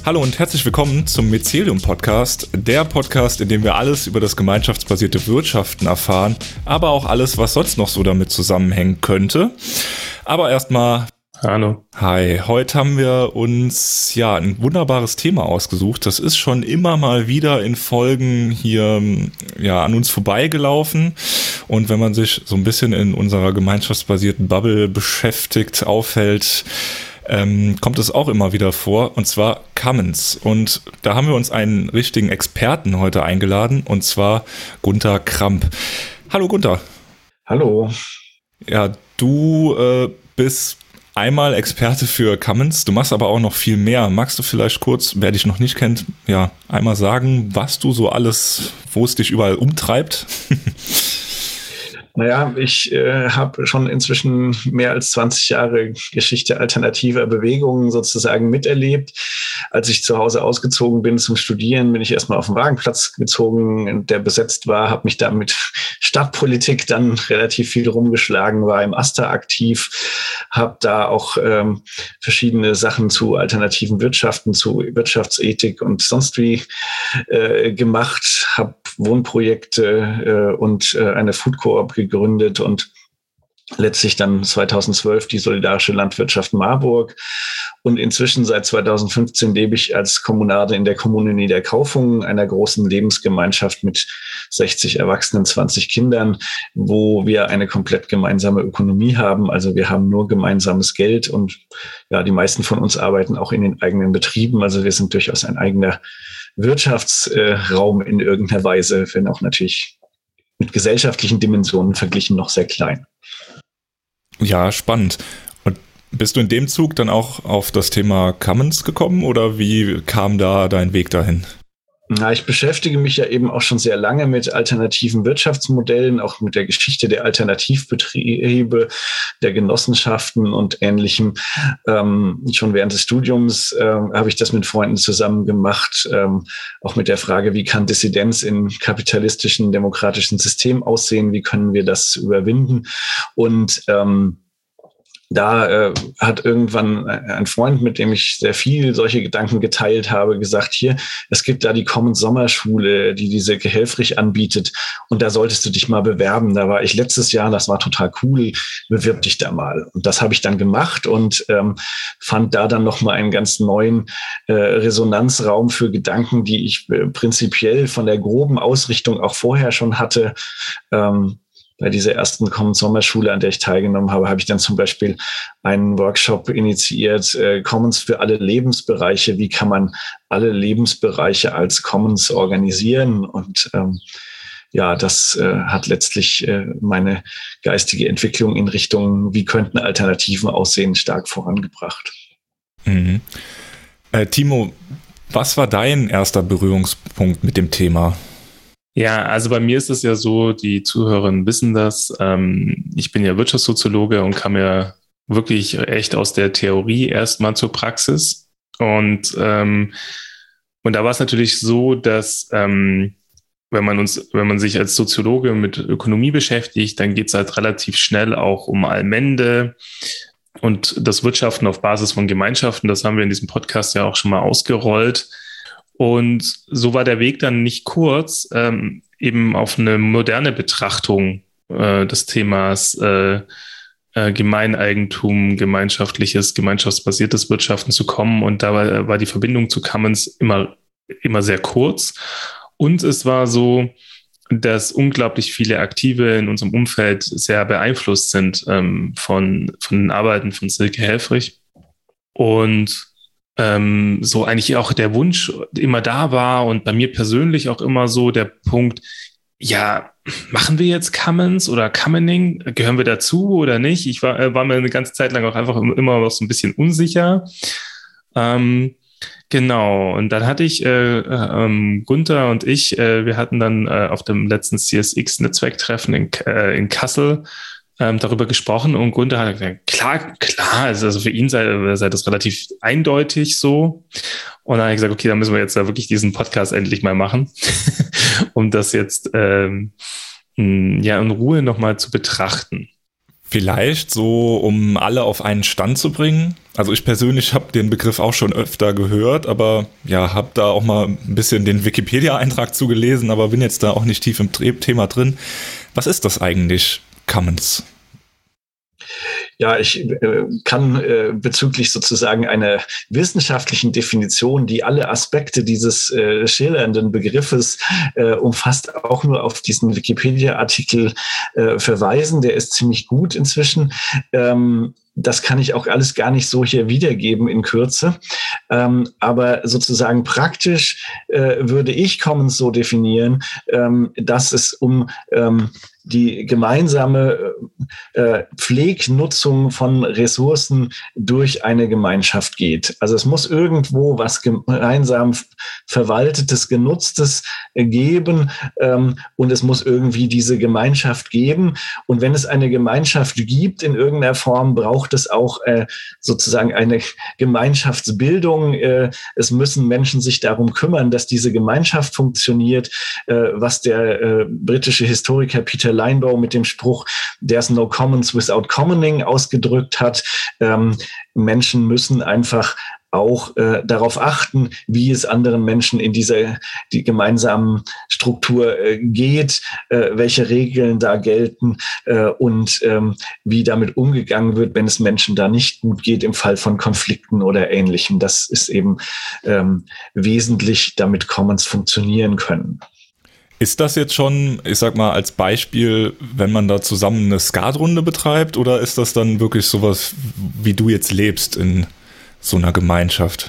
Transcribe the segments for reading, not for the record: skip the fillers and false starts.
Hallo und herzlich willkommen zum Mycelium Podcast, der Podcast, in dem wir alles über das gemeinschaftsbasierte Wirtschaften erfahren, aber auch alles, was sonst noch so damit zusammenhängen könnte. Aber erstmal hallo. Hi, heute haben wir uns ein wunderbares Thema ausgesucht. Das ist schon immer mal wieder in Folgen hier an uns vorbeigelaufen. Und wenn man sich so ein bisschen in unserer gemeinschaftsbasierten Bubble beschäftigt, aufhält, kommt es auch immer wieder vor, und zwar Commons. Und da haben wir uns einen richtigen Experten heute eingeladen, und zwar Gunter Kramp. Hallo Gunter. Hallo. Ja, du bist einmal Experte für Commons, du machst aber auch noch viel mehr. Magst du vielleicht kurz, wer dich noch nicht kennt, einmal sagen, was du so alles, wo es dich überall umtreibt? Naja, ich habe schon inzwischen mehr als 20 Jahre Geschichte alternativer Bewegungen sozusagen miterlebt. Als ich zu Hause ausgezogen bin zum Studieren, bin ich erstmal auf den Wagenplatz gezogen, der besetzt war, habe mich da mit Stadtpolitik dann relativ viel rumgeschlagen, war im AStA aktiv, habe da auch verschiedene Sachen zu alternativen Wirtschaften, zu Wirtschaftsethik und sonst wie gemacht, habe Wohnprojekte und eine Food Coop gegründet und letztlich dann 2012 die Solidarische Landwirtschaft Marburg. Und inzwischen seit 2015 lebe ich als Kommunade in der Kommune Niederkaufungen, einer großen Lebensgemeinschaft mit 60 Erwachsenen, 20 Kindern, wo wir eine komplett gemeinsame Ökonomie haben. Also wir haben nur gemeinsames Geld und die meisten von uns arbeiten auch in den eigenen Betrieben. Also wir sind durchaus ein eigener Wirtschaftsraum in irgendeiner Weise, wenn auch natürlich mit gesellschaftlichen Dimensionen verglichen noch sehr klein. Ja, spannend. Und bist du in dem Zug dann auch auf das Thema Commons gekommen oder wie kam da dein Weg dahin? Na, ich beschäftige mich ja eben auch schon sehr lange mit alternativen Wirtschaftsmodellen, auch mit der Geschichte der Alternativbetriebe, der Genossenschaften und Ähnlichem. Schon während des Studiums habe ich das mit Freunden zusammen gemacht, auch mit der Frage, wie kann Dissidenz in kapitalistischen, demokratischen Systemen aussehen, wie können wir das überwinden? Und da hat irgendwann ein Freund, mit dem ich sehr viel solche Gedanken geteilt habe, gesagt, hier, es gibt da die Commons Sommerschule, die diese Helfrich anbietet und da solltest du dich mal bewerben. Da war ich letztes Jahr, das war total cool, bewirb dich da mal. Und das habe ich dann gemacht und fand da dann nochmal einen ganz neuen Resonanzraum für Gedanken, die ich prinzipiell von der groben Ausrichtung auch vorher schon hatte. Bei dieser ersten Commons Sommerschule, an der ich teilgenommen habe, habe ich dann zum Beispiel einen Workshop initiiert, Commons für alle Lebensbereiche. Wie kann man alle Lebensbereiche als Commons organisieren? Und das hat letztlich meine geistige Entwicklung in Richtung, wie könnten Alternativen aussehen, stark vorangebracht. Mhm. Timo, was war dein erster Berührungspunkt mit dem Thema? Ja, also bei mir ist es ja so, die Zuhörerinnen wissen das, ich bin ja Wirtschaftssoziologe und kam ja wirklich echt aus der Theorie erstmal zur Praxis. Und da war es natürlich so, dass wenn man sich als Soziologe mit Ökonomie beschäftigt, dann geht es halt relativ schnell auch um Allmende und das Wirtschaften auf Basis von Gemeinschaften. Das haben wir in diesem Podcast ja auch schon mal ausgerollt. Und so war der Weg dann nicht kurz, eben auf eine moderne Betrachtung des Themas Gemeineigentum, gemeinschaftsbasiertes Wirtschaften zu kommen. Und da war die Verbindung zu Commons immer sehr kurz. Und es war so, dass unglaublich viele Aktive in unserem Umfeld sehr beeinflusst sind von den Arbeiten von Silke Helfrich. Und so eigentlich auch der Wunsch immer da war und bei mir persönlich auch immer so der Punkt, machen wir jetzt Commons oder Commoning? Gehören wir dazu oder nicht? Ich war mir eine ganze Zeit lang auch einfach immer noch so ein bisschen unsicher. Genau, und dann hatte ich Gunter und ich, wir hatten dann auf dem letzten CSX-Netzwerktreffen in Kassel darüber gesprochen und Gunter hat gesagt, klar, also für ihn sei das relativ eindeutig so. Und dann habe ich gesagt, okay, dann müssen wir jetzt da wirklich diesen Podcast endlich mal machen, um das jetzt in Ruhe nochmal zu betrachten. Vielleicht so, um alle auf einen Stand zu bringen. Also ich persönlich habe den Begriff auch schon öfter gehört, aber ja, habe da auch mal ein bisschen den Wikipedia-Eintrag zugelesen, aber bin jetzt da auch nicht tief im Thema drin. Was ist das eigentlich, Commons? Ja, ich kann bezüglich sozusagen einer wissenschaftlichen Definition, die alle Aspekte dieses schillernden Begriffes umfasst, auch nur auf diesen Wikipedia-Artikel verweisen. Der ist ziemlich gut inzwischen. Das kann ich auch alles gar nicht so hier wiedergeben in Kürze. Aber sozusagen praktisch würde ich Commons so definieren, dass es um die gemeinsame Pflegnutzung von Ressourcen durch eine Gemeinschaft geht. Also es muss irgendwo was gemeinsam Verwaltetes, Genutztes geben und es muss irgendwie diese Gemeinschaft geben. Und wenn es eine Gemeinschaft gibt in irgendeiner Form, braucht es auch sozusagen eine Gemeinschaftsbildung. Es müssen Menschen sich darum kümmern, dass diese Gemeinschaft funktioniert, was der britische Historiker Peter Linebaugh mit dem Spruch "There's no commons without commoning" ausgedrückt hat. Menschen müssen einfach auch darauf achten, wie es anderen Menschen in die gemeinsamen Struktur geht, welche Regeln da gelten und wie damit umgegangen wird, wenn es Menschen da nicht gut geht im Fall von Konflikten oder Ähnlichem. Das ist eben wesentlich, damit Commons funktionieren können. Ist das jetzt schon, ich sag mal, als Beispiel, wenn man da zusammen eine Skatrunde betreibt, oder ist das dann wirklich sowas, wie du jetzt lebst in so einer Gemeinschaft?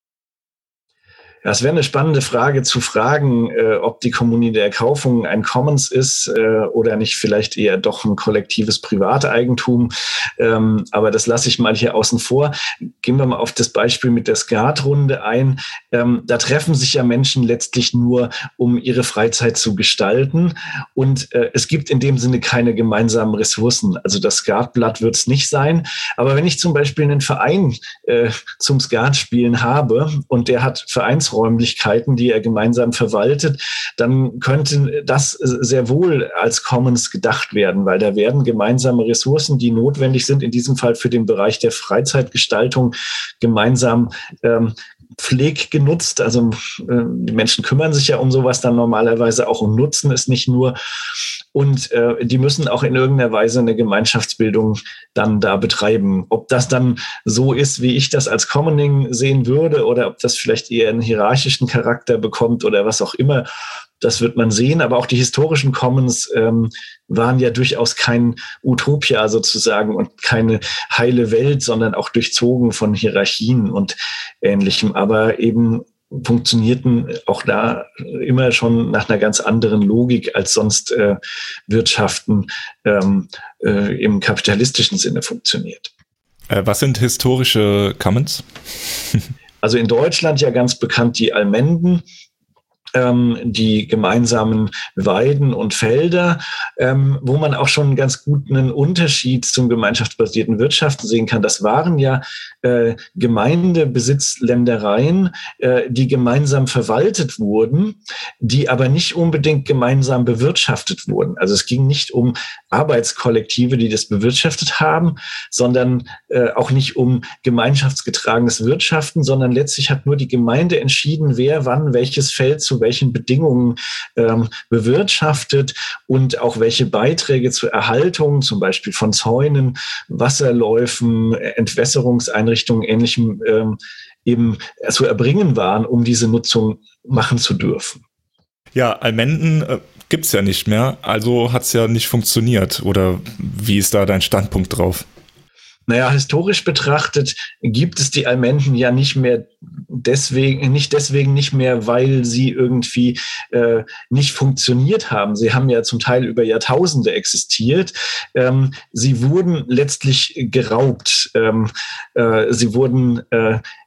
Ja, es wäre eine spannende Frage zu fragen, ob die Kommune der Erkaufung ein Commons ist oder nicht vielleicht eher doch ein kollektives Privateigentum. Aber das lasse ich mal hier außen vor. Gehen wir mal auf das Beispiel mit der Skatrunde ein. Da treffen sich ja Menschen letztlich nur, um ihre Freizeit zu gestalten. Und es gibt in dem Sinne keine gemeinsamen Ressourcen. Also das Skatblatt wird es nicht sein. Aber wenn ich zum Beispiel einen Verein zum Skatspielen habe und der hat Vereinsräumlichkeiten, die er gemeinsam verwaltet, dann könnte das sehr wohl als Commons gedacht werden, weil da werden gemeinsame Ressourcen, die notwendig sind, in diesem Fall für den Bereich der Freizeitgestaltung, gemeinsam genutzt. Also die Menschen kümmern sich ja um sowas dann normalerweise auch und nutzen es nicht nur. Und die müssen auch in irgendeiner Weise eine Gemeinschaftsbildung dann da betreiben. Ob das dann so ist, wie ich das als Commoning sehen würde, oder ob das vielleicht eher einen hierarchischen Charakter bekommt oder was auch immer, das wird man sehen. Aber auch die historischen Commons waren ja durchaus kein Utopia sozusagen und keine heile Welt, sondern auch durchzogen von Hierarchien und Ähnlichem. Aber eben funktionierten auch da immer schon nach einer ganz anderen Logik, als sonst Wirtschaften im kapitalistischen Sinne funktioniert. Was sind historische Commons? Also in Deutschland ja ganz bekannt die Allmenden, die gemeinsamen Weiden und Felder, wo man auch schon einen ganz guten Unterschied zum gemeinschaftsbasierten Wirtschaften sehen kann. Das waren ja Gemeindebesitzländereien, die gemeinsam verwaltet wurden, die aber nicht unbedingt gemeinsam bewirtschaftet wurden. Also es ging nicht um Arbeitskollektive, die das bewirtschaftet haben, sondern auch nicht um gemeinschaftsgetragenes Wirtschaften, sondern letztlich hat nur die Gemeinde entschieden, wer wann welches Feld zu welchen Bedingungen bewirtschaftet und auch welche Beiträge zur Erhaltung, zum Beispiel von Zäunen, Wasserläufen, Entwässerungseinrichtungen, Ähnlichem eben zu erbringen waren, um diese Nutzung machen zu dürfen. Ja, Allmenden gibt es ja nicht mehr, also hat es ja nicht funktioniert. Oder wie ist da dein Standpunkt drauf? Naja, historisch betrachtet gibt es die Allmenden ja nicht mehr deswegen nicht mehr, weil sie irgendwie nicht funktioniert haben. Sie haben ja zum Teil über Jahrtausende existiert. Sie wurden letztlich geraubt. Sie wurden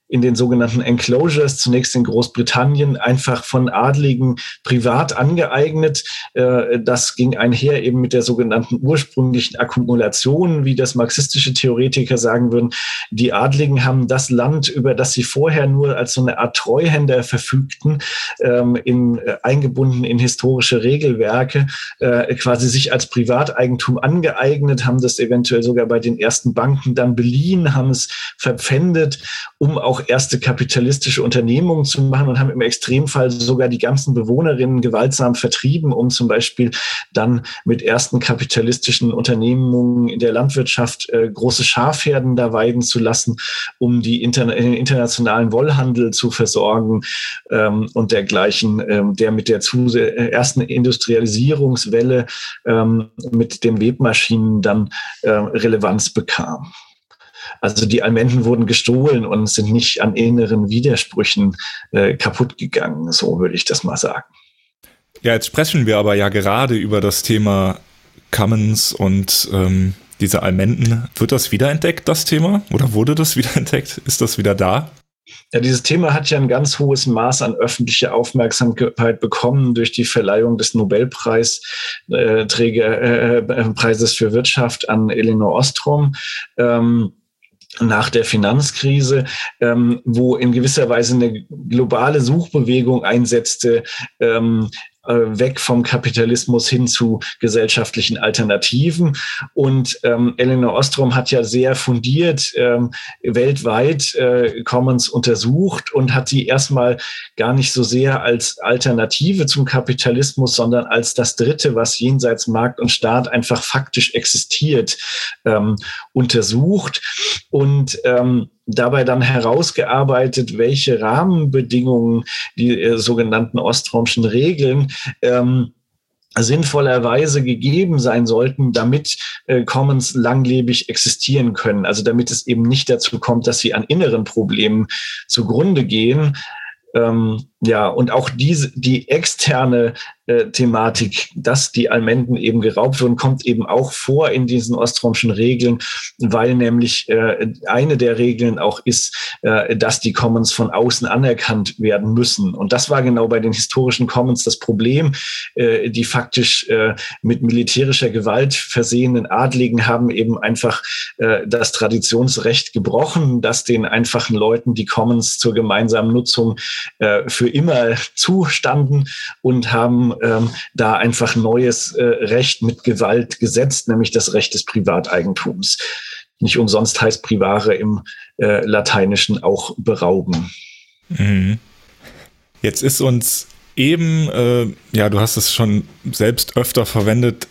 in den sogenannten Enclosures, zunächst in Großbritannien, einfach von Adligen privat angeeignet. Das ging einher eben mit der sogenannten ursprünglichen Akkumulation, wie das marxistische Theoretiker sagen würden. Die Adligen haben das Land, über das sie vorher nur als so eine Art Treuhänder verfügten, eingebunden in historische Regelwerke, quasi sich als Privateigentum angeeignet, haben das eventuell sogar bei den ersten Banken dann beliehen, haben es verpfändet, um auch erste kapitalistische Unternehmungen zu machen und haben im Extremfall sogar die ganzen Bewohnerinnen gewaltsam vertrieben, um zum Beispiel dann mit ersten kapitalistischen Unternehmungen in der Landwirtschaft große Schafherden da weiden zu lassen, um den internationalen Wollhandel zu versorgen und dergleichen, der mit der ersten Industrialisierungswelle mit den Webmaschinen dann Relevanz bekam. Also die Almenden wurden gestohlen und sind nicht an inneren Widersprüchen kaputt gegangen, so würde ich das mal sagen. Ja, jetzt sprechen wir aber ja gerade über das Thema Commons und diese Almenden. Wird das wiederentdeckt, das Thema? Oder wurde das wiederentdeckt? Ist das wieder da? Ja, dieses Thema hat ja ein ganz hohes Maß an öffentlicher Aufmerksamkeit bekommen durch die Verleihung des Nobelpreises für Wirtschaft an Elinor Ostrom. Nach der Finanzkrise, wo in gewisser Weise eine globale Suchbewegung einsetzte, weg vom Kapitalismus hin zu gesellschaftlichen Alternativen. Und Elinor Ostrom hat ja sehr fundiert weltweit Commons untersucht und hat sie erstmal gar nicht so sehr als Alternative zum Kapitalismus, sondern als das Dritte, was jenseits Markt und Staat einfach faktisch existiert, untersucht und dabei dann herausgearbeitet, welche Rahmenbedingungen die sogenannten Ostromschen Regeln sinnvollerweise gegeben sein sollten, damit Commons langlebig existieren können. Also damit es eben nicht dazu kommt, dass sie an inneren Problemen zugrunde gehen. Und auch die externe Thematik, dass die Almenden eben geraubt wurden, kommt eben auch vor in diesen Ostromschen Regeln, weil nämlich eine der Regeln auch ist, dass die Commons von außen anerkannt werden müssen. Und das war genau bei den historischen Commons das Problem. Die faktisch mit militärischer Gewalt versehenen Adligen haben eben einfach das Traditionsrecht gebrochen, das den einfachen Leuten die Commons zur gemeinsamen Nutzung für immer zustanden und haben da einfach neues Recht mit Gewalt gesetzt, nämlich das Recht des Privateigentums. Nicht umsonst heißt privare im Lateinischen auch berauben. Mhm. Jetzt ist uns eben, du hast es schon selbst öfter verwendet,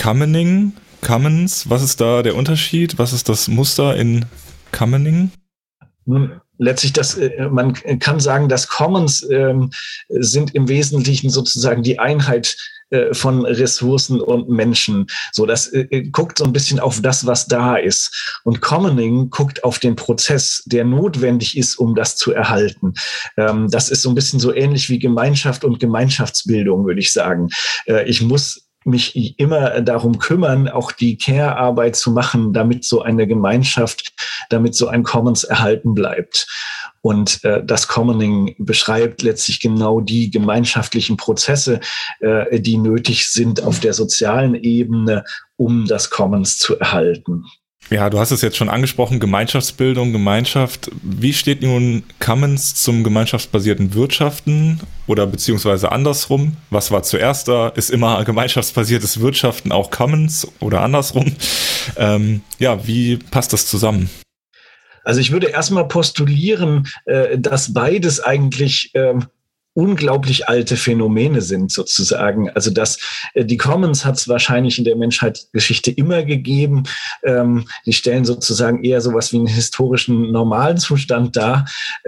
Commons. Was ist da der Unterschied? Was ist das Muster in Commoning? Nun, letztlich, man kann sagen, dass Commons sind im Wesentlichen sozusagen die Einheit von Ressourcen und Menschen. So, das guckt so ein bisschen auf das, was da ist. Und Commoning guckt auf den Prozess, der notwendig ist, um das zu erhalten. Das ist so ein bisschen so ähnlich wie Gemeinschaft und Gemeinschaftsbildung, würde ich sagen. Ich muss mich immer darum kümmern, auch die Care-Arbeit zu machen, damit so eine Gemeinschaft, damit so ein Commons erhalten bleibt. Und das Commoning beschreibt letztlich genau die gemeinschaftlichen Prozesse, die nötig sind auf der sozialen Ebene, um das Commons zu erhalten. Ja, du hast es jetzt schon angesprochen, Gemeinschaftsbildung, Gemeinschaft. Wie steht nun Commons zum gemeinschaftsbasierten Wirtschaften oder beziehungsweise andersrum? Was war zuerst da? Ist immer gemeinschaftsbasiertes Wirtschaften auch Commons oder andersrum? Wie passt das zusammen? Also ich würde erstmal postulieren, dass beides eigentlich unglaublich alte Phänomene sind sozusagen. Also die Commons hat es wahrscheinlich in der Menschheitsgeschichte immer gegeben. Die stellen sozusagen eher sowas wie einen historischen normalen Zustand dar.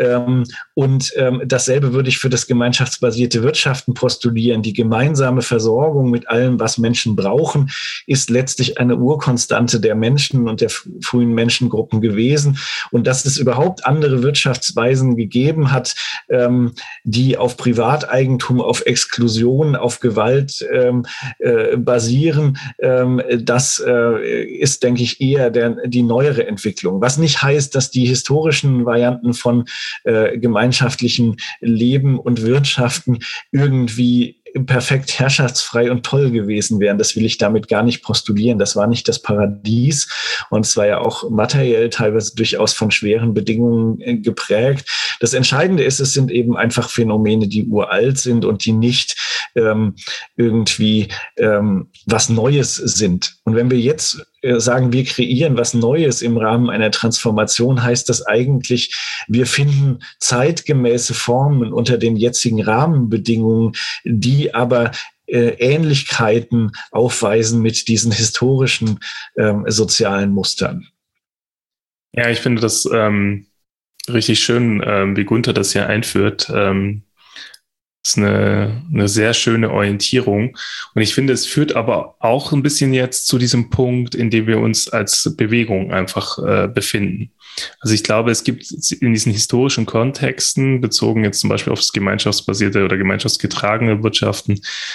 Und dasselbe würde ich für das gemeinschaftsbasierte Wirtschaften postulieren. Die gemeinsame Versorgung mit allem, was Menschen brauchen, ist letztlich eine Urkonstante der Menschen und der frühen Menschengruppen gewesen. Und dass es überhaupt andere Wirtschaftsweisen gegeben hat, die auf Privateigentum, auf Exklusion, auf Gewalt basieren, das ist, denke ich, eher die neuere Entwicklung. Was nicht heißt, dass die historischen Varianten von gemeinschaftlichem Leben und Wirtschaften irgendwie perfekt herrschaftsfrei und toll gewesen wären. Das will ich damit gar nicht postulieren. Das war nicht das Paradies und es war ja auch materiell teilweise durchaus von schweren Bedingungen geprägt. Das Entscheidende ist, es sind eben einfach Phänomene, die uralt sind und die nicht irgendwie was Neues sind. Und wenn wir jetzt sagen, wir kreieren was Neues im Rahmen einer Transformation, heißt das eigentlich, wir finden zeitgemäße Formen unter den jetzigen Rahmenbedingungen, die aber Ähnlichkeiten aufweisen mit diesen historischen sozialen Mustern. Ja, ich finde das richtig schön, wie Gunther das hier einführt. Ist eine sehr schöne Orientierung. Und ich finde, es führt aber auch ein bisschen jetzt zu diesem Punkt, in dem wir uns als Bewegung einfach befinden. Also ich glaube, es gibt in diesen historischen Kontexten, bezogen jetzt zum Beispiel auf das gemeinschaftsbasierte oder gemeinschaftsgetragene Wirtschaften,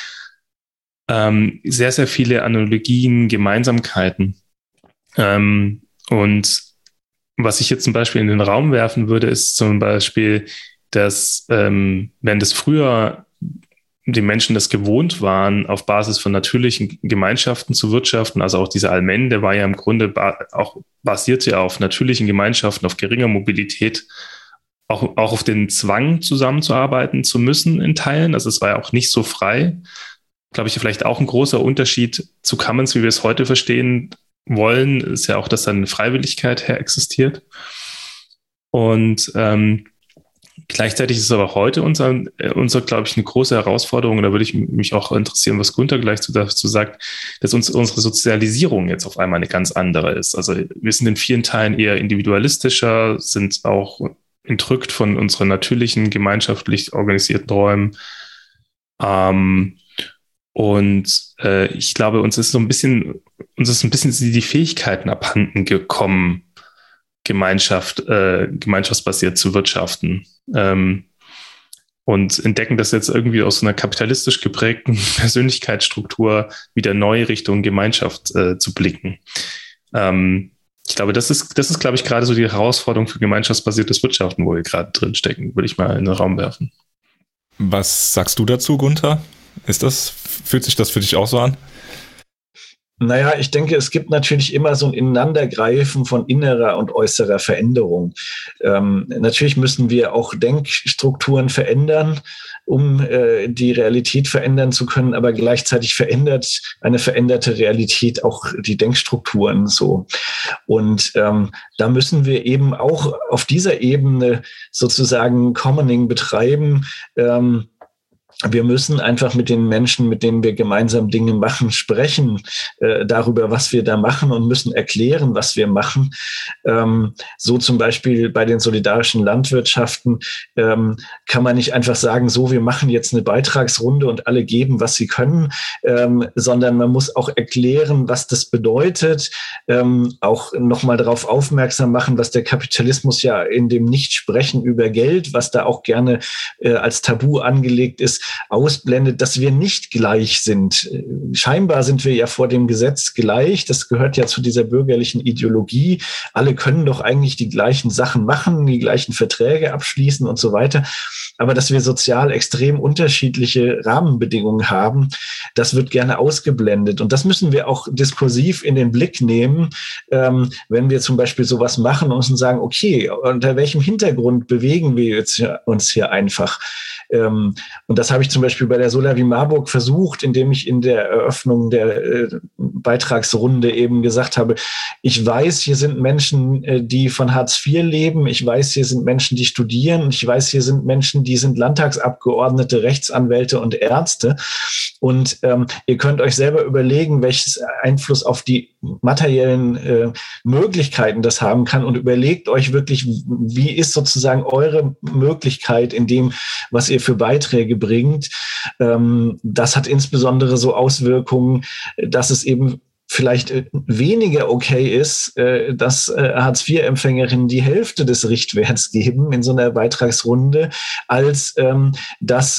sehr, sehr viele Analogien, Gemeinsamkeiten. Und was ich jetzt zum Beispiel in den Raum werfen würde, ist zum Beispiel, dass wenn das früher die Menschen das gewohnt waren, auf Basis von natürlichen Gemeinschaften zu wirtschaften, also auch diese Allmende war ja im Grunde auch basierte ja auf natürlichen Gemeinschaften, auf geringer Mobilität, auch auf den Zwang zusammenzuarbeiten zu müssen in Teilen. Also es war ja auch nicht so frei. Glaube ich, vielleicht auch ein großer Unterschied zu Commons, wie wir es heute verstehen wollen, ist ja auch, dass da eine Freiwilligkeit her existiert. Und gleichzeitig ist es aber heute unser, glaube ich, eine große Herausforderung, und da würde ich mich auch interessieren, was Gunther gleich dazu sagt, dass unsere Sozialisierung jetzt auf einmal eine ganz andere ist. Also wir sind in vielen Teilen eher individualistischer, sind auch entrückt von unseren natürlichen, gemeinschaftlich organisierten Räumen. Ich glaube, uns ist ein bisschen die Fähigkeiten abhanden gekommen, gemeinschaftsbasiert zu wirtschaften. Und entdecken das jetzt irgendwie aus so einer kapitalistisch geprägten Persönlichkeitsstruktur wieder neu Richtung Gemeinschaft zu blicken. Ich glaube, das ist, glaube ich, gerade so die Herausforderung für gemeinschaftsbasiertes Wirtschaften, wo wir gerade drin stecken, würde ich mal in den Raum werfen. Was sagst du dazu, Gunther? Fühlt sich das für dich auch so an? Naja, ich denke, es gibt natürlich immer so ein Ineinandergreifen von innerer und äußerer Veränderung. Natürlich müssen wir auch Denkstrukturen verändern, um die Realität verändern zu können, aber gleichzeitig verändert eine veränderte Realität auch die Denkstrukturen so. Und da müssen wir eben auch auf dieser Ebene sozusagen Commoning betreiben. Wir müssen einfach mit den Menschen, mit denen wir gemeinsam Dinge machen, sprechen darüber, was wir da machen, und müssen erklären, was wir machen. So zum Beispiel bei den solidarischen Landwirtschaften kann man nicht einfach sagen, so, wir machen jetzt eine Beitragsrunde und alle geben, was sie können, sondern man muss auch erklären, was das bedeutet, auch nochmal darauf aufmerksam machen, was der Kapitalismus ja in dem Nichtsprechen über Geld, was da auch gerne als Tabu angelegt ist, ausblendet, dass wir nicht gleich sind. Scheinbar sind wir ja vor dem Gesetz gleich. Das gehört ja zu dieser bürgerlichen Ideologie. Alle können doch eigentlich die gleichen Sachen machen, die gleichen Verträge abschließen und so weiter. Aber dass wir sozial extrem unterschiedliche Rahmenbedingungen haben, das wird gerne ausgeblendet. Und das müssen wir auch diskursiv in den Blick nehmen, wenn wir zum Beispiel sowas machen und sagen, okay, unter welchem Hintergrund bewegen wir uns hier einfach? Und das habe ich zum Beispiel bei der Solavi Marburg versucht, indem ich in der Eröffnung der Beitragsrunde eben gesagt habe, ich weiß, hier sind Menschen, die von Hartz IV leben. Ich weiß, hier sind Menschen, die studieren. Und ich weiß, hier sind Menschen, die sind Landtagsabgeordnete, Rechtsanwälte und Ärzte. Und ihr könnt euch selber überlegen, welches Einfluss auf die materiellen Möglichkeiten das haben kann, und überlegt euch wirklich, wie ist sozusagen eure Möglichkeit in dem, was ihr für Beiträge bringt. Das hat insbesondere so Auswirkungen, dass es eben vielleicht weniger okay ist, dass Hartz-IV-Empfängerinnen die Hälfte des Richtwerts geben in so einer Beitragsrunde, als dass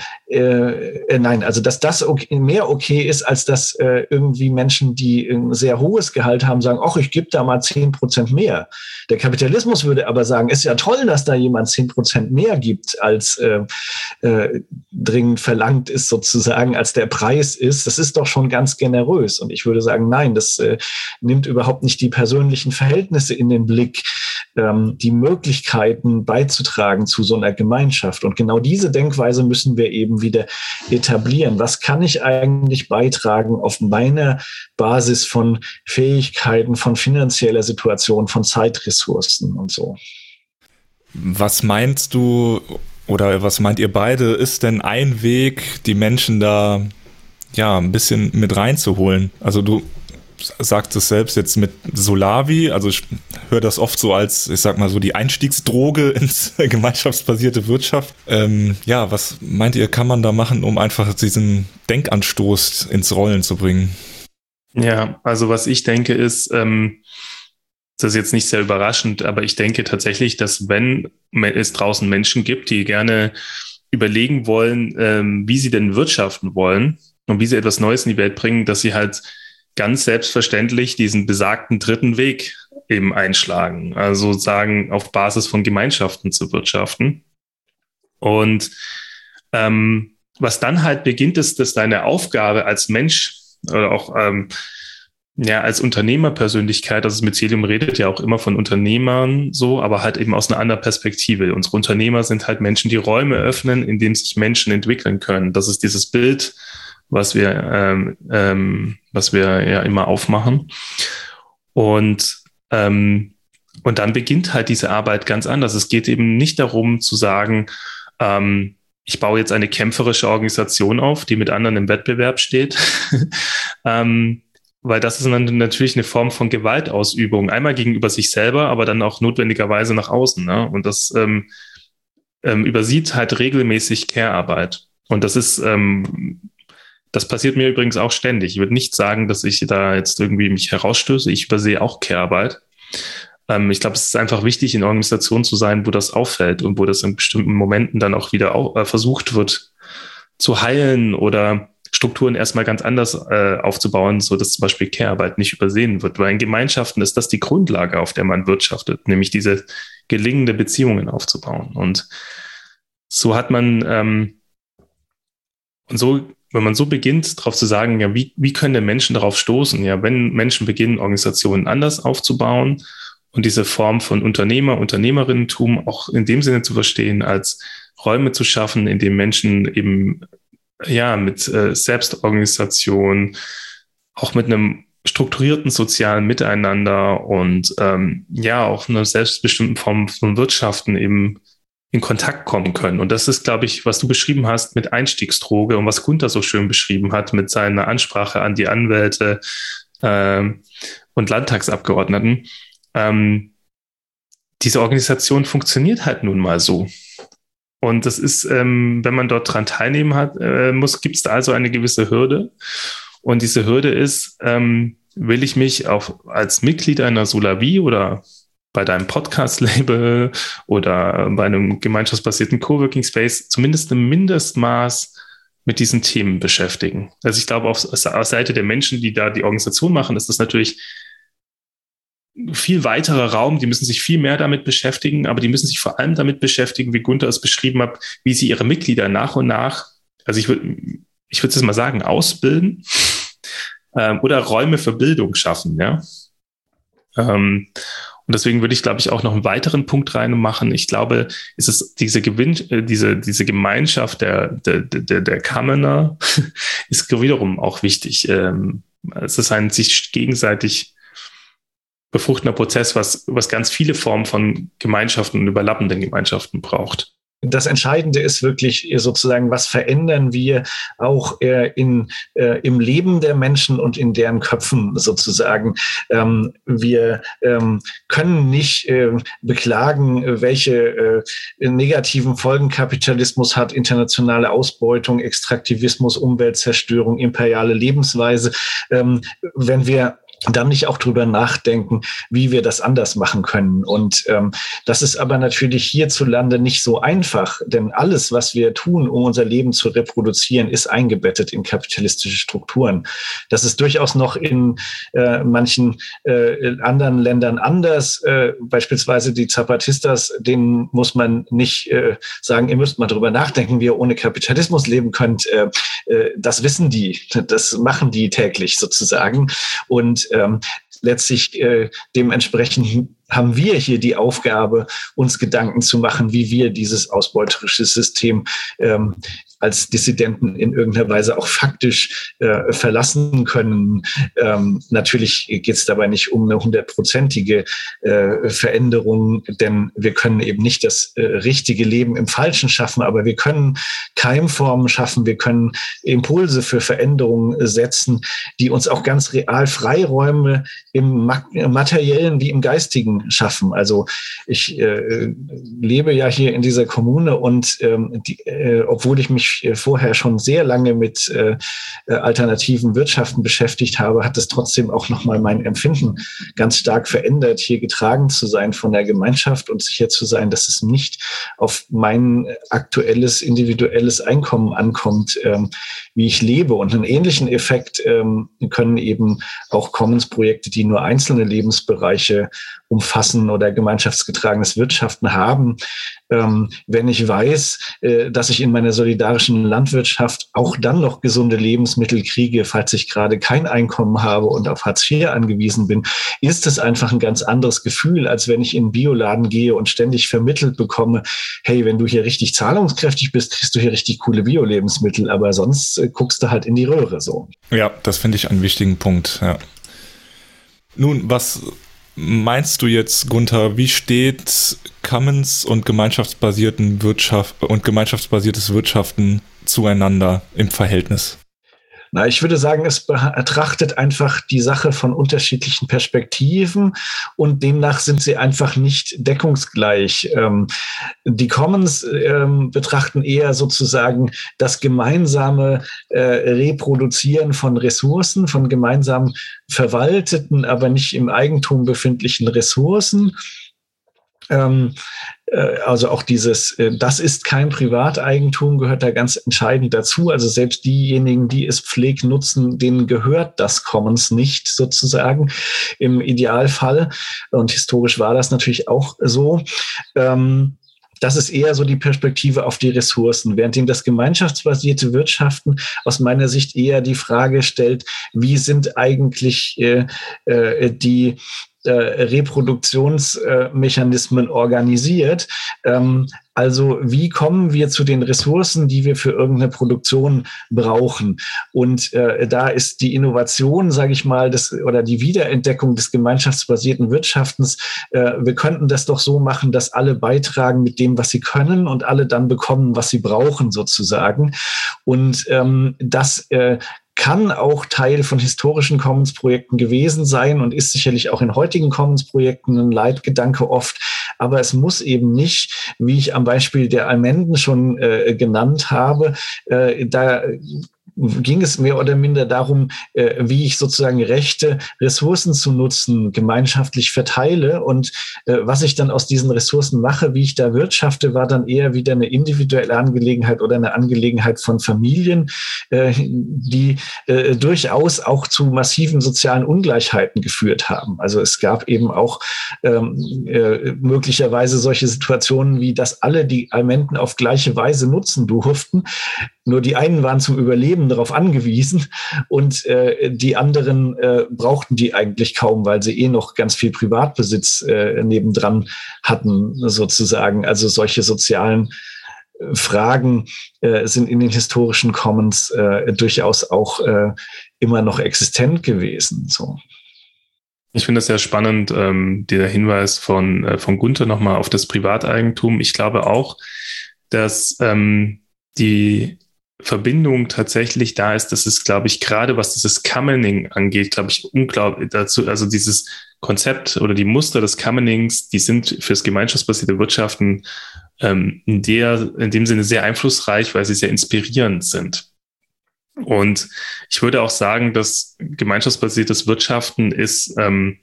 das mehr okay ist, als dass irgendwie Menschen, die ein sehr hohes Gehalt haben, sagen, ach, ich gebe da mal 10% mehr. Der Kapitalismus würde aber sagen, ist ja toll, dass da jemand 10% mehr gibt, als dringend verlangt ist sozusagen, als der Preis ist. Das ist doch schon ganz generös. Und ich würde sagen, nein, das nimmt überhaupt nicht die persönlichen Verhältnisse in den Blick, die Möglichkeiten beizutragen zu so einer Gemeinschaft. Und genau diese Denkweise müssen wir eben wieder etablieren. Was kann ich eigentlich beitragen auf meiner Basis von Fähigkeiten, von finanzieller Situation, von Zeitressourcen und so? Was meinst du oder was meint ihr beide, ist denn ein Weg, die Menschen da ja ein bisschen mit reinzuholen? Also du sagst es selbst jetzt mit Solavi, also ich höre das oft so als, ich sag mal so, die Einstiegsdroge ins gemeinschaftsbasierte Wirtschaft. Was meint ihr, kann man da machen, um einfach diesen Denkanstoß ins Rollen zu bringen? Ja, also was ich denke ist, das ist jetzt nicht sehr überraschend, aber ich denke tatsächlich, dass wenn es draußen Menschen gibt, die gerne überlegen wollen, wie sie denn wirtschaften wollen und wie sie etwas Neues in die Welt bringen, dass sie halt ganz selbstverständlich diesen besagten dritten Weg eben einschlagen. Also sagen, auf Basis von Gemeinschaften zu wirtschaften. Und was dann halt beginnt, ist, dass deine Aufgabe als Mensch oder auch als Unternehmerpersönlichkeit, also das Mycelium redet ja auch immer von Unternehmern so, aber halt eben aus einer anderen Perspektive. Unsere Unternehmer sind halt Menschen, die Räume öffnen, in denen sich Menschen entwickeln können. Das ist dieses Bild, was wir ja immer aufmachen. Und dann beginnt halt diese Arbeit ganz anders. Es geht eben nicht darum zu sagen, ich baue jetzt eine kämpferische Organisation auf, die mit anderen im Wettbewerb steht, weil das ist dann natürlich eine Form von Gewaltausübung, einmal gegenüber sich selber, aber dann auch notwendigerweise nach außen. Ne? Und das übersieht halt regelmäßig Care-Arbeit. Und das ist das passiert mir übrigens auch ständig. Ich würde nicht sagen, dass ich da jetzt irgendwie mich herausstöße. Ich übersehe auch Care-Arbeit. Ich glaube, es ist einfach wichtig, in Organisationen zu sein, wo das auffällt und wo das in bestimmten Momenten dann auch wieder versucht wird zu heilen oder Strukturen erstmal ganz anders aufzubauen, so dass zum Beispiel Care-Arbeit nicht übersehen wird. Weil in Gemeinschaften ist das die Grundlage, auf der man wirtschaftet, nämlich diese gelingende Beziehungen aufzubauen. Und so hat man wenn man so beginnt, darauf zu sagen, ja, wie können denn Menschen darauf stoßen? Ja, wenn Menschen beginnen, Organisationen anders aufzubauen und diese Form von Unternehmerinnentum auch in dem Sinne zu verstehen, als Räume zu schaffen, in denen Menschen eben mit Selbstorganisation, auch mit einem strukturierten sozialen Miteinander und auch einer selbstbestimmten Form von Wirtschaften eben in Kontakt kommen können. Und das ist, glaube ich, was du beschrieben hast mit Einstiegsdroge und was Gunther so schön beschrieben hat mit seiner Ansprache an die Anwälte und Landtagsabgeordneten. Diese Organisation funktioniert halt nun mal so. Und das ist, wenn man dort dran teilnehmen gibt es da also eine gewisse Hürde. Und diese Hürde ist, will ich mich auch als Mitglied einer Solavi oder bei deinem Podcast-Label oder bei einem gemeinschaftsbasierten Coworking Space zumindest im Mindestmaß mit diesen Themen beschäftigen. Also ich glaube, auf Seite der Menschen, die da die Organisation machen, ist das natürlich ein viel weiterer Raum. Die müssen sich viel mehr damit beschäftigen, aber die müssen sich vor allem damit beschäftigen, wie Gunther es beschrieben hat, wie sie ihre Mitglieder nach und nach, also ich würde jetzt mal sagen, ausbilden oder Räume für Bildung schaffen, ja. Und deswegen würde ich, glaube ich, auch noch einen weiteren Punkt reinmachen. Ich glaube, es ist diese Gemeinschaft der Kammener ist wiederum auch wichtig. Es ist ein sich gegenseitig befruchtender Prozess, was ganz viele Formen von Gemeinschaften und überlappenden Gemeinschaften braucht. das Entscheidende ist wirklich sozusagen, was verändern wir auch im Leben der Menschen und in deren Köpfen sozusagen. Wir können nicht beklagen, welche negativen Folgen Kapitalismus hat, internationale Ausbeutung, Extraktivismus, Umweltzerstörung, imperiale Lebensweise, wenn wir dann nicht auch drüber nachdenken, wie wir das anders machen können. Und das ist aber natürlich hierzulande nicht so einfach, denn alles, was wir tun, um unser Leben zu reproduzieren, ist eingebettet in kapitalistische Strukturen. Das ist durchaus noch in manchen anderen Ländern anders. Beispielsweise die Zapatistas, denen muss man nicht sagen, ihr müsst mal drüber nachdenken, wie ihr ohne Kapitalismus leben könnt. Das wissen die, das machen die täglich sozusagen. Und letztlich dementsprechend haben wir hier die Aufgabe, uns Gedanken zu machen, wie wir dieses ausbeuterische System als Dissidenten in irgendeiner Weise auch faktisch verlassen können. Natürlich geht es dabei nicht um eine 100-prozentige Veränderung, denn wir können eben nicht das richtige Leben im Falschen schaffen, aber wir können Keimformen schaffen, wir können Impulse für Veränderungen setzen, die uns auch ganz real Freiräume im materiellen wie im geistigen schaffen. Also ich lebe ja hier in dieser Kommune und obwohl ich mich vorher schon sehr lange mit alternativen Wirtschaften beschäftigt habe, hat es trotzdem auch nochmal mein Empfinden ganz stark verändert, hier getragen zu sein von der Gemeinschaft und sicher zu sein, dass es nicht auf mein aktuelles, individuelles Einkommen ankommt, wie ich lebe. Und einen ähnlichen Effekt können eben auch Commons-Projekte, die nur einzelne Lebensbereiche umfassen oder gemeinschaftsgetragenes Wirtschaften haben. Wenn ich weiß, dass ich in meiner solidarischen Landwirtschaft auch dann noch gesunde Lebensmittel kriege, falls ich gerade kein Einkommen habe und auf Hartz IV angewiesen bin, ist es einfach ein ganz anderes Gefühl, als wenn ich in einen Bioladen gehe und ständig vermittelt bekomme, hey, wenn du hier richtig zahlungskräftig bist, kriegst du hier richtig coole Bio-Lebensmittel, aber sonst guckst du halt in die Röhre so. Ja, das finde ich einen wichtigen Punkt, ja. Nun, was meinst du jetzt, Gunther, wie steht Commons und gemeinschaftsbasiertes Wirtschaften zueinander im Verhältnis? Na, ich würde sagen, es betrachtet einfach die Sache von unterschiedlichen Perspektiven und demnach sind sie einfach nicht deckungsgleich. Die Commons betrachten eher sozusagen das gemeinsame Reproduzieren von Ressourcen, von gemeinsam verwalteten, aber nicht im Eigentum befindlichen Ressourcen. Also auch dieses, das ist kein Privateigentum, gehört da ganz entscheidend dazu. Also selbst diejenigen, die es pflegt, nutzen, denen gehört das Commons nicht sozusagen im Idealfall. Und historisch war das natürlich auch so. Das ist eher so die Perspektive auf die Ressourcen, währenddem das gemeinschaftsbasierte Wirtschaften aus meiner Sicht eher die Frage stellt, wie sind eigentlich die Reproduktionsmechanismen organisiert. Also wie kommen wir zu den Ressourcen, die wir für irgendeine Produktion brauchen? Und da ist die Innovation, sage ich mal, oder die Wiederentdeckung des gemeinschaftsbasierten Wirtschaftens, wir könnten das doch so machen, dass alle beitragen mit dem, was sie können und alle dann bekommen, was sie brauchen sozusagen. Und das kann auch Teil von historischen Commons-Projekten gewesen sein und ist sicherlich auch in heutigen Commons-Projekten ein Leitgedanke oft. Aber es muss eben nicht, wie ich am Beispiel der Almenden schon genannt habe, da ging es mehr oder minder darum, wie ich sozusagen Rechte, Ressourcen zu nutzen, gemeinschaftlich verteile. Und was ich dann aus diesen Ressourcen mache, wie ich da wirtschafte, war dann eher wieder eine individuelle Angelegenheit oder eine Angelegenheit von Familien, die durchaus auch zu massiven sozialen Ungleichheiten geführt haben. Also es gab eben auch möglicherweise solche Situationen, wie dass alle die Almenden auf gleiche Weise nutzen durften. Nur die einen waren zum Überleben darauf angewiesen und die anderen brauchten die eigentlich kaum, weil sie noch ganz viel Privatbesitz nebendran hatten sozusagen. Also solche sozialen Fragen sind in den historischen Commons durchaus auch immer noch existent gewesen. So. Ich finde es sehr spannend, der Hinweis von Gunther nochmal auf das Privateigentum. Ich glaube auch, dass die Verbindung tatsächlich da ist. Das ist, glaube ich, gerade was dieses Commoning angeht, glaube ich, unglaublich dazu. Also dieses Konzept oder die Muster des Commonings, die sind fürs gemeinschaftsbasierte Wirtschaften in dem Sinne sehr einflussreich, weil sie sehr inspirierend sind. Und ich würde auch sagen, dass gemeinschaftsbasiertes Wirtschaften ist,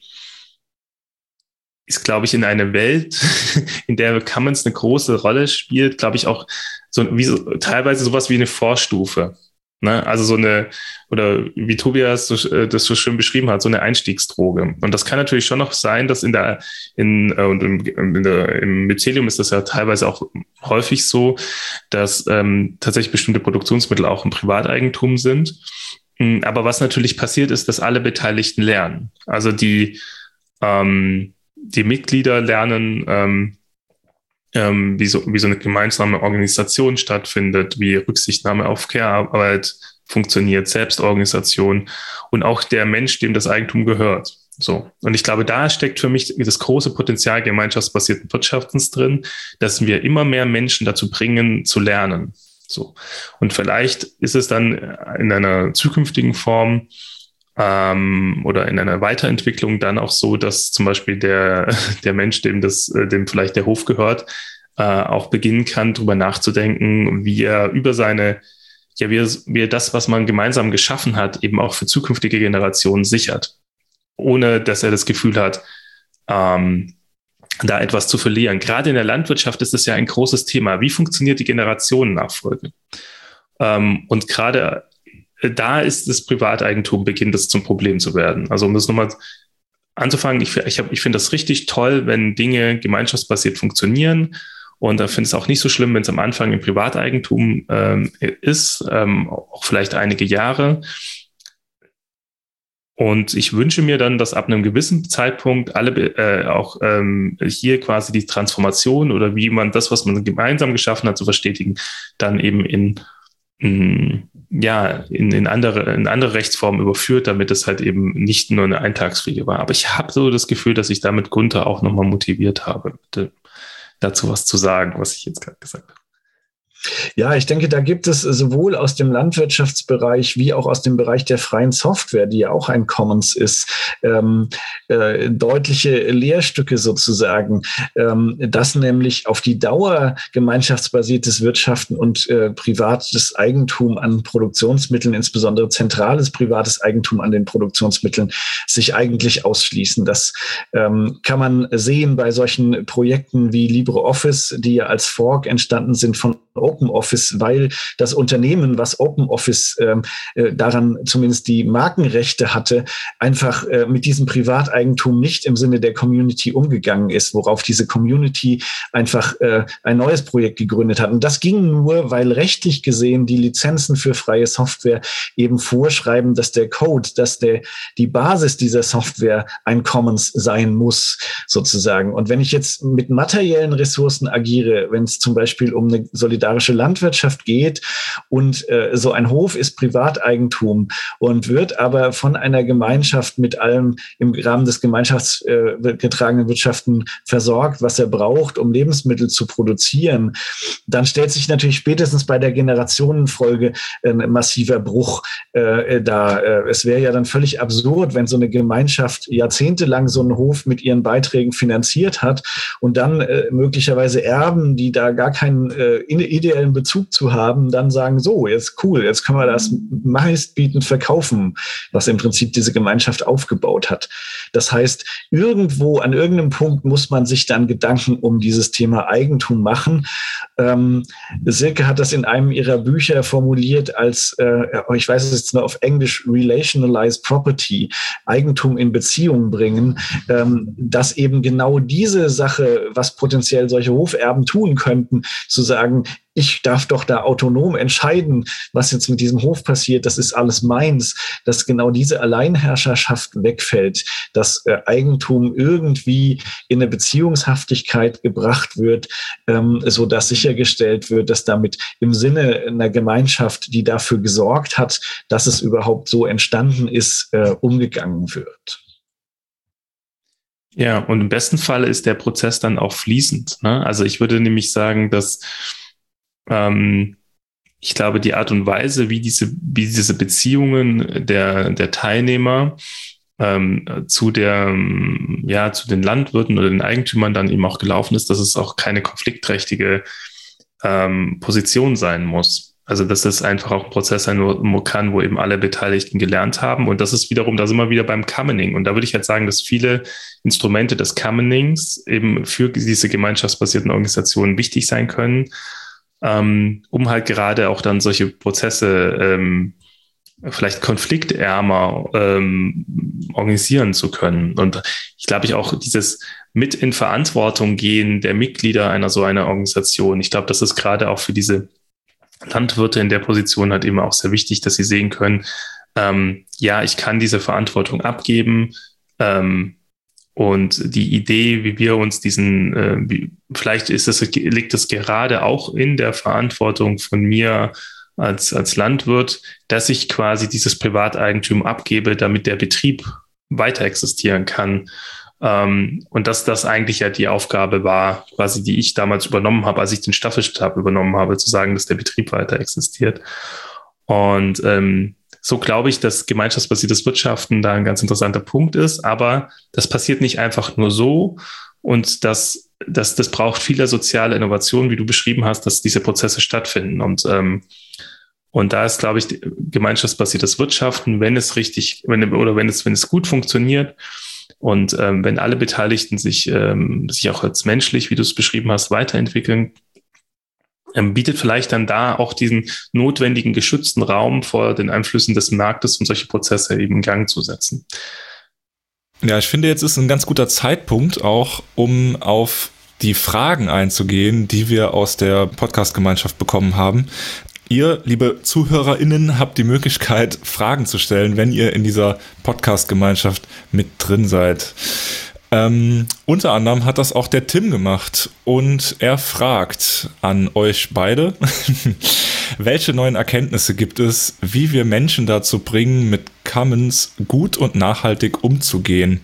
glaube ich, in einer Welt, in der Commons eine große Rolle spielt, glaube ich auch teilweise sowas wie eine Vorstufe. Ne? Also so eine, oder wie Tobias das so schön beschrieben hat, so eine Einstiegsdroge. Und das kann natürlich schon noch sein, dass im Mycelium ist das ja teilweise auch häufig so, dass tatsächlich bestimmte Produktionsmittel auch im Privateigentum sind. Aber was natürlich passiert ist, dass alle Beteiligten lernen. Also die Mitglieder lernen, wie so eine gemeinsame Organisation stattfindet, wie Rücksichtnahme auf Care-Arbeit funktioniert, Selbstorganisation und auch der Mensch, dem das Eigentum gehört. So. Und ich glaube, da steckt für mich das große Potenzial gemeinschaftsbasierten Wirtschaftens drin, dass wir immer mehr Menschen dazu bringen, zu lernen. So. Und vielleicht ist es dann in einer zukünftigen Form oder in einer Weiterentwicklung dann auch so, dass zum Beispiel der Mensch, dem vielleicht der Hof gehört, auch beginnen kann, darüber nachzudenken, wie er über wie er das, was man gemeinsam geschaffen hat, eben auch für zukünftige Generationen sichert, ohne dass er das Gefühl hat, da etwas zu verlieren. Gerade in der Landwirtschaft ist es ja ein großes Thema. Wie funktioniert die Generationennachfolge? Und gerade da ist das Privateigentum, beginnt es zum Problem zu werden. Also um das nochmal anzufangen, ich finde das richtig toll, wenn Dinge gemeinschaftsbasiert funktionieren. Und da finde ich es auch nicht so schlimm, wenn es am Anfang im Privateigentum ist, auch vielleicht einige Jahre. Und ich wünsche mir dann, dass ab einem gewissen Zeitpunkt alle hier quasi die Transformation oder wie man das, was man gemeinsam geschaffen hat, zu verstetigen, dann eben in andere Rechtsformen überführt, damit es halt eben nicht nur eine Eintagsfliege war. Aber ich habe so das Gefühl, dass ich damit Gunther auch nochmal motiviert habe, dazu was zu sagen, was ich jetzt gerade gesagt habe. Ja, ich denke, da gibt es sowohl aus dem Landwirtschaftsbereich wie auch aus dem Bereich der freien Software, die ja auch ein Commons ist, deutliche Lehrstücke sozusagen, dass nämlich auf die Dauer gemeinschaftsbasiertes Wirtschaften und privates Eigentum an Produktionsmitteln, insbesondere zentrales privates Eigentum an den Produktionsmitteln, sich eigentlich ausschließen. Das kann man sehen bei solchen Projekten wie LibreOffice, die ja als Fork entstanden sind von OpenOffice, weil das Unternehmen, was OpenOffice daran zumindest die Markenrechte hatte, einfach mit diesem Privateigentum nicht im Sinne der Community umgegangen ist, worauf diese Community einfach ein neues Projekt gegründet hat. Und das ging nur, weil rechtlich gesehen die Lizenzen für freie Software eben vorschreiben, dass der Code, dass die Basis dieser Software ein Commons sein muss, sozusagen. Und wenn ich jetzt mit materiellen Ressourcen agiere, wenn es zum Beispiel um eine solidarische Landwirtschaft geht und so ein Hof ist Privateigentum und wird aber von einer Gemeinschaft mit allem im Rahmen des gemeinschaftsgetragenen Wirtschaften versorgt, was er braucht, um Lebensmittel zu produzieren, dann stellt sich natürlich spätestens bei der Generationenfolge ein massiver Bruch dar. Es wäre ja dann völlig absurd, wenn so eine Gemeinschaft jahrzehntelang so einen Hof mit ihren Beiträgen finanziert hat und dann möglicherweise Erben, die da gar keinen ideellen Bezug zu haben, dann sagen, so, jetzt cool, jetzt können wir das meistbietend verkaufen, was im Prinzip diese Gemeinschaft aufgebaut hat. Das heißt, irgendwo an irgendeinem Punkt muss man sich dann Gedanken um dieses Thema Eigentum machen. Silke hat das in einem ihrer Bücher formuliert als, ich weiß es jetzt nur auf Englisch, relationalized property, Eigentum in Beziehung bringen, dass eben genau diese Sache, was potenziell solche Hoferben tun könnten, zu sagen, ich darf doch da autonom entscheiden, was jetzt mit diesem Hof passiert, das ist alles meins, dass genau diese Alleinherrscherschaft wegfällt, dass Eigentum irgendwie in eine Beziehungshaftigkeit gebracht wird, so dass sichergestellt wird, dass damit im Sinne einer Gemeinschaft, die dafür gesorgt hat, dass es überhaupt so entstanden ist, umgegangen wird. Ja, und im besten Fall ist der Prozess dann auch fließend, ne? Also ich würde nämlich sagen, dass Ich glaube, die Art und Weise, wie diese Beziehungen der Teilnehmer zu den Landwirten oder den Eigentümern dann eben auch gelaufen ist, dass es auch keine konfliktträchtige Position sein muss. Also dass das einfach auch ein Prozess sein kann, wo eben alle Beteiligten gelernt haben. Und das ist wiederum, da sind wir wieder beim Commoning. Und da würde ich halt sagen, dass viele Instrumente des Commonings eben für diese gemeinschaftsbasierten Organisationen wichtig sein können, um halt gerade auch dann solche Prozesse vielleicht konfliktärmer organisieren zu können. Und ich glaube, auch dieses mit in Verantwortung gehen der Mitglieder einer Organisation, ich glaube, das ist gerade auch für diese Landwirte in der Position halt eben auch sehr wichtig, dass sie sehen können, ich kann diese Verantwortung abgeben, und die Idee, wie wir uns vielleicht liegt es gerade auch in der Verantwortung von mir als Landwirt, dass ich quasi dieses Privateigentum abgebe, damit der Betrieb weiter existieren kann. Und dass das eigentlich ja die Aufgabe war, quasi, die ich damals übernommen habe, als ich den Staffelstab übernommen habe, zu sagen, dass der Betrieb weiter existiert. Und so glaube ich, dass gemeinschaftsbasiertes Wirtschaften da ein ganz interessanter Punkt ist, aber das passiert nicht einfach nur so, und das braucht viele soziale Innovationen, wie du beschrieben hast, dass diese Prozesse stattfinden. Und da ist, glaube ich, gemeinschaftsbasiertes Wirtschaften, wenn es gut funktioniert und wenn alle Beteiligten sich auch als menschlich, wie du es beschrieben hast, weiterentwickeln, bietet vielleicht dann da auch diesen notwendigen geschützten Raum vor den Einflüssen des Marktes, um solche Prozesse eben in Gang zu setzen. Ja, ich finde, jetzt ist ein ganz guter Zeitpunkt auch, um auf die Fragen einzugehen, die wir aus der Podcast-Gemeinschaft bekommen haben. Ihr, liebe ZuhörerInnen, habt die Möglichkeit, Fragen zu stellen, wenn ihr in dieser Podcast-Gemeinschaft mit drin seid. Unter anderem hat das auch der Tim gemacht und er fragt an euch beide, welche neuen Erkenntnisse gibt es, wie wir Menschen dazu bringen, mit Commons gut und nachhaltig umzugehen?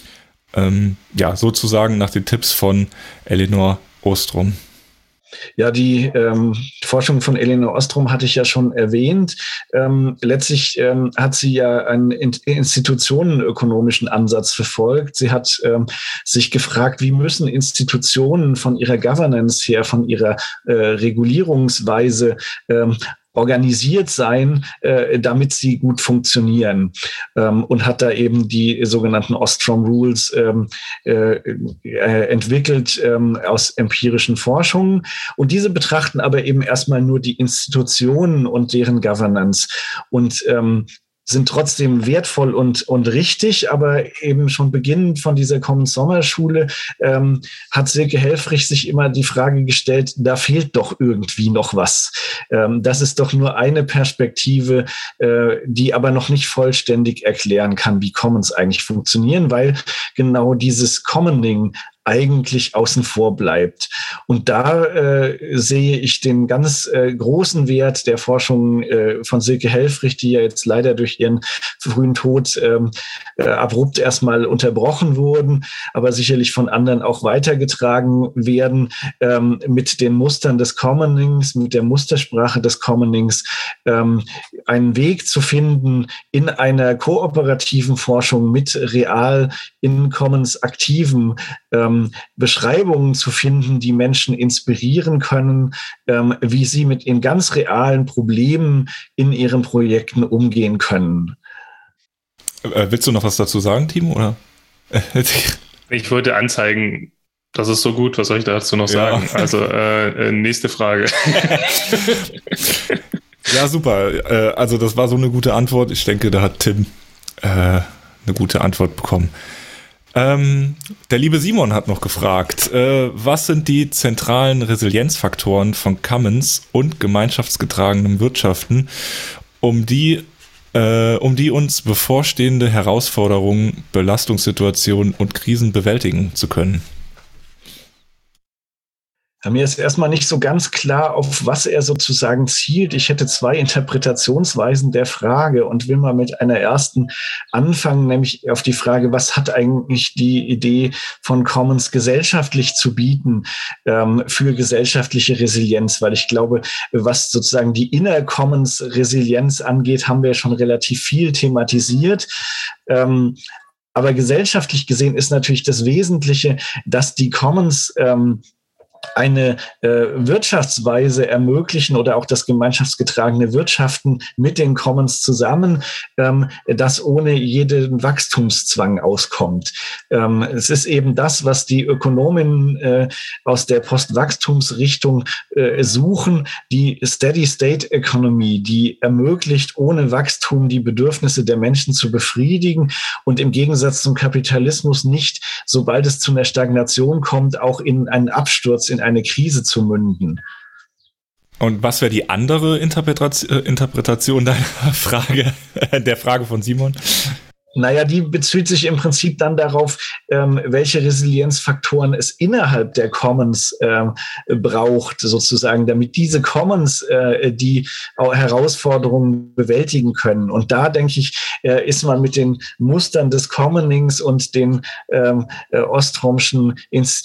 Sozusagen nach den Tipps von Elinor Ostrom. Ja, die Forschung von Elinor Ostrom hatte ich ja schon erwähnt. Letztlich hat sie ja einen institutionenökonomischen Ansatz verfolgt. Sie hat sich gefragt, wie müssen Institutionen von ihrer Governance her, von ihrer Regulierungsweise organisiert sein, damit sie gut funktionieren, und hat da eben die sogenannten Ostrom Rules entwickelt aus empirischen Forschungen. Und diese betrachten aber eben erstmal nur die Institutionen und deren Governance und sind trotzdem wertvoll und richtig, aber eben schon beginnend von dieser Commons Sommerschule hat Silke Helfrich sich immer die Frage gestellt, da fehlt doch irgendwie noch was. Das ist doch nur eine Perspektive, die aber noch nicht vollständig erklären kann, wie Commons eigentlich funktionieren, weil genau dieses Commoning eigentlich außen vor bleibt. Und da sehe ich den ganz großen Wert der Forschung von Silke Helfrich, die ja jetzt leider durch ihren frühen Tod abrupt erstmal unterbrochen wurden, aber sicherlich von anderen auch weitergetragen werden, mit den Mustern des Commonings, mit der Mustersprache des Commonings, einen Weg zu finden in einer kooperativen Forschung mit real in Commons aktiven Beschreibungen zu finden, die Menschen inspirieren können, wie sie mit den ganz realen Problemen in ihren Projekten umgehen können. Willst du noch was dazu sagen, Timo? Oder? Ich wollte anzeigen, das ist so gut, was soll ich dazu noch sagen? Also nächste Frage. Ja, super. Also das war so eine gute Antwort. Ich denke, da hat Tim eine gute Antwort bekommen. Der liebe Simon hat noch gefragt, was sind die zentralen Resilienzfaktoren von Commons und gemeinschaftsgetragenem Wirtschaften, um die uns bevorstehende Herausforderungen, Belastungssituationen und Krisen bewältigen zu können? Mir ist erstmal nicht so ganz klar, auf was er sozusagen zielt. Ich hätte 2 Interpretationsweisen der Frage und will mal mit einer ersten anfangen, nämlich auf die Frage, was hat eigentlich die Idee von Commons gesellschaftlich zu bieten für gesellschaftliche Resilienz? Weil ich glaube, was sozusagen die Inner Commons Resilienz angeht, haben wir schon relativ viel thematisiert. Aber gesellschaftlich gesehen ist natürlich das Wesentliche, dass die Commons eine Wirtschaftsweise ermöglichen oder auch das gemeinschaftsgetragene Wirtschaften mit den Commons zusammen, das ohne jeden Wachstumszwang auskommt. Es ist eben das, was die Ökonomen aus der Postwachstumsrichtung suchen, die Steady-State-Economy, die ermöglicht, ohne Wachstum die Bedürfnisse der Menschen zu befriedigen und im Gegensatz zum Kapitalismus nicht, sobald es zu einer Stagnation kommt, auch in einen Absturz, in eine Krise zu münden. Und was wäre die andere Interpretation deiner Frage, der Frage von Simon? Naja, die bezieht sich im Prinzip dann darauf, welche Resilienzfaktoren es innerhalb der Commons braucht, sozusagen, damit diese Commons die Herausforderungen bewältigen können. Und da, denke ich, ist man mit den Mustern des Commonings und den Ostromschen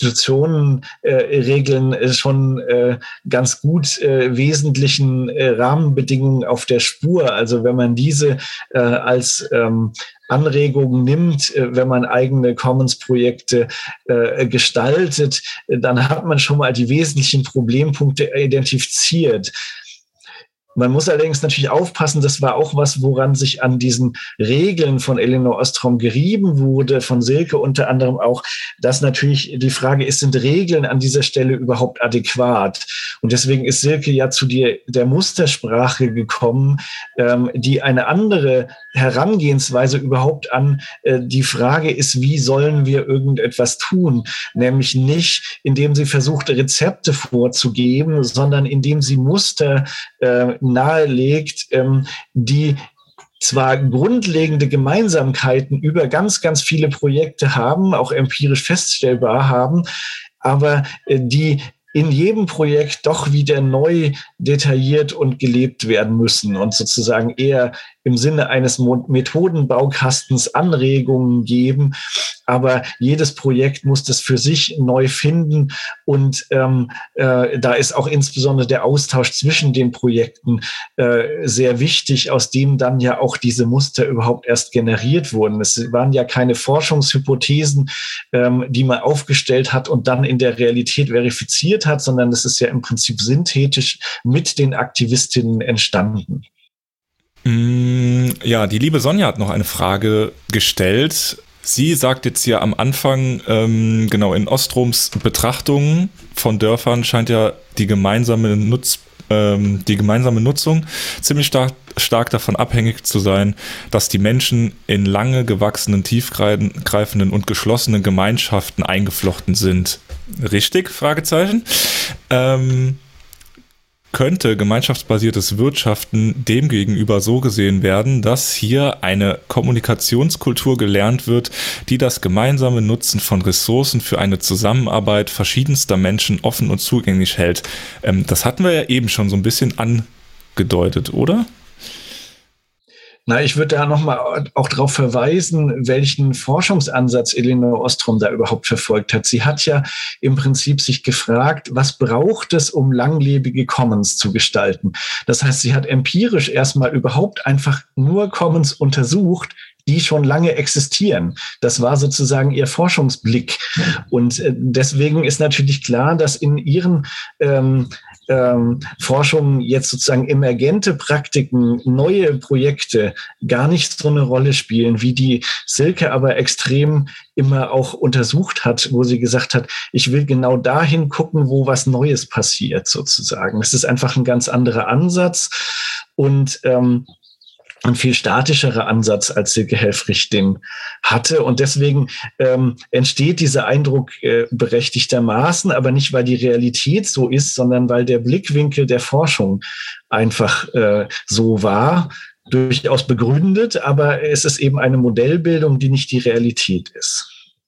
Institutionenregeln schon ganz gut wesentlichen Rahmenbedingungen auf der Spur. Also wenn man diese als Anregungen nimmt, wenn man eigene Commons-Projekte gestaltet, dann hat man schon mal die wesentlichen Problempunkte identifiziert. Man muss allerdings natürlich aufpassen, das war auch was, woran sich an diesen Regeln von Elinor Ostrom gerieben wurde, von Silke unter anderem auch, dass natürlich die Frage ist, sind Regeln an dieser Stelle überhaupt adäquat? Und deswegen ist Silke ja zu der Mustersprache gekommen, die eine andere Herangehensweise überhaupt an die Frage ist, wie sollen wir irgendetwas tun? Nämlich nicht, indem sie versucht, Rezepte vorzugeben, sondern indem sie Muster nahelegt, die zwar grundlegende Gemeinsamkeiten über ganz, ganz viele Projekte haben, auch empirisch feststellbar haben, aber die in jedem Projekt doch wieder neu detailliert und gelebt werden müssen und sozusagen eher im Sinne eines Methodenbaukastens Anregungen geben. Aber jedes Projekt muss das für sich neu finden. Und da ist auch insbesondere der Austausch zwischen den Projekten sehr wichtig, aus dem dann ja auch diese Muster überhaupt erst generiert wurden. Es waren ja keine Forschungshypothesen, die man aufgestellt hat und dann in der Realität verifiziert hat, sondern das ist ja im Prinzip synthetisch mit den Aktivistinnen entstanden. Ja, die liebe Sonja hat noch eine Frage gestellt. Sie sagt jetzt ja am Anfang, genau, in Ostroms Betrachtungen von Dörfern scheint ja die gemeinsame Nutzung ziemlich stark davon abhängig zu sein, dass die Menschen in lange gewachsenen, tiefgreifenden und geschlossenen Gemeinschaften eingeflochten sind. Richtig? Fragezeichen. Könnte gemeinschaftsbasiertes Wirtschaften demgegenüber so gesehen werden, dass hier eine Kommunikationskultur gelernt wird, die das gemeinsame Nutzen von Ressourcen für eine Zusammenarbeit verschiedenster Menschen offen und zugänglich hält. Das hatten wir ja eben schon so ein bisschen angedeutet, oder? Na, ich würde da nochmal auch darauf verweisen, welchen Forschungsansatz Elinor Ostrom da überhaupt verfolgt hat. Sie hat ja im Prinzip sich gefragt, was braucht es, um langlebige Commons zu gestalten? Das heißt, sie hat empirisch erstmal überhaupt einfach nur Commons untersucht, die schon lange existieren. Das war sozusagen ihr Forschungsblick. Und deswegen ist natürlich klar, dass in ihren Forschung jetzt sozusagen emergente Praktiken, neue Projekte gar nicht so eine Rolle spielen, wie die Silke aber extrem immer auch untersucht hat, wo sie gesagt hat, ich will genau dahin gucken, wo was Neues passiert sozusagen. Das ist einfach ein ganz anderer Ansatz und ein viel statischerer Ansatz, als Silke Helfrich den hatte. Und deswegen entsteht dieser Eindruck berechtigtermaßen, aber nicht, weil die Realität so ist, sondern weil der Blickwinkel der Forschung einfach so war, durchaus begründet, aber es ist eben eine Modellbildung, die nicht die Realität ist.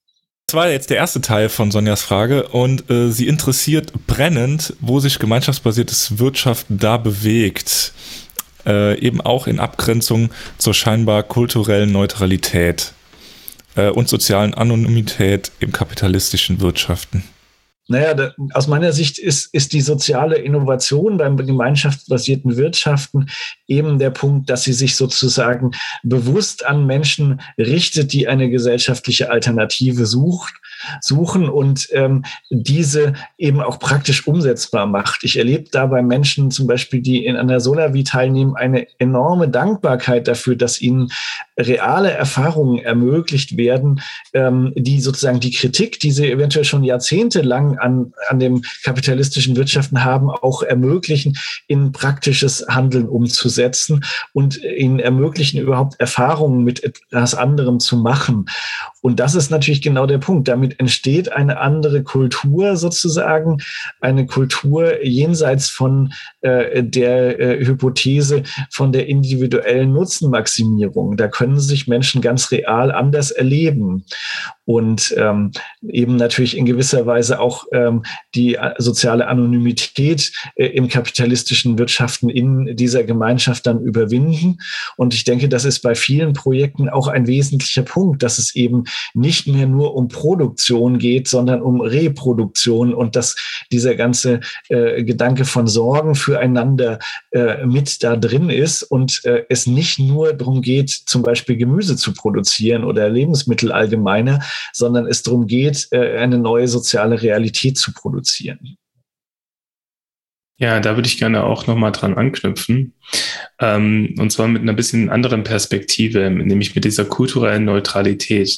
Das war jetzt der erste Teil von Sonjas Frage und sie interessiert brennend, wo sich gemeinschaftsbasiertes Wirtschaften da bewegt. Eben auch in Abgrenzung zur scheinbar kulturellen Neutralität und sozialen Anonymität im kapitalistischen Wirtschaften. Naja, aus meiner Sicht ist die soziale Innovation beim gemeinschaftsbasierten Wirtschaften eben der Punkt, dass sie sich sozusagen bewusst an Menschen richtet, die eine gesellschaftliche Alternative suchen und diese eben auch praktisch umsetzbar macht. Ich erlebe da bei Menschen zum Beispiel, die an der Solavi teilnehmen, eine enorme Dankbarkeit dafür, dass ihnen reale Erfahrungen ermöglicht werden, die sozusagen die Kritik, die sie eventuell schon jahrzehntelang an dem kapitalistischen Wirtschaften haben, auch ermöglichen, in praktisches Handeln umzusetzen und ihnen ermöglichen, überhaupt Erfahrungen mit etwas anderem zu machen. Und das ist natürlich genau der Punkt. Damit entsteht eine andere Kultur sozusagen, eine Kultur jenseits von der Hypothese von der individuellen Nutzenmaximierung. Da können sich Menschen ganz real anders erleben. Und eben natürlich in gewisser Weise auch die soziale Anonymität im kapitalistischen Wirtschaften in dieser Gemeinschaft dann überwinden. Und ich denke, das ist bei vielen Projekten auch ein wesentlicher Punkt, dass es eben nicht mehr nur um Produktion geht, sondern um Reproduktion und dass dieser ganze Gedanke von Sorgen füreinander mit da drin ist und es nicht nur darum geht, zum Beispiel Gemüse zu produzieren oder Lebensmittel allgemeiner, sondern es darum geht, eine neue soziale Realität zu produzieren. Ja, da würde ich gerne auch nochmal dran anknüpfen. Und zwar mit einer bisschen anderen Perspektive, nämlich mit dieser kulturellen Neutralität.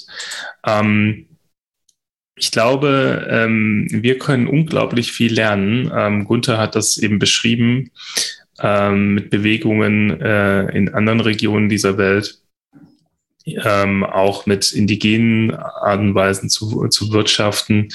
Ich glaube, wir können unglaublich viel lernen. Gunther hat das eben beschrieben, mit Bewegungen in anderen Regionen dieser Welt. Auch mit indigenen Arten und Weisen zu wirtschaften.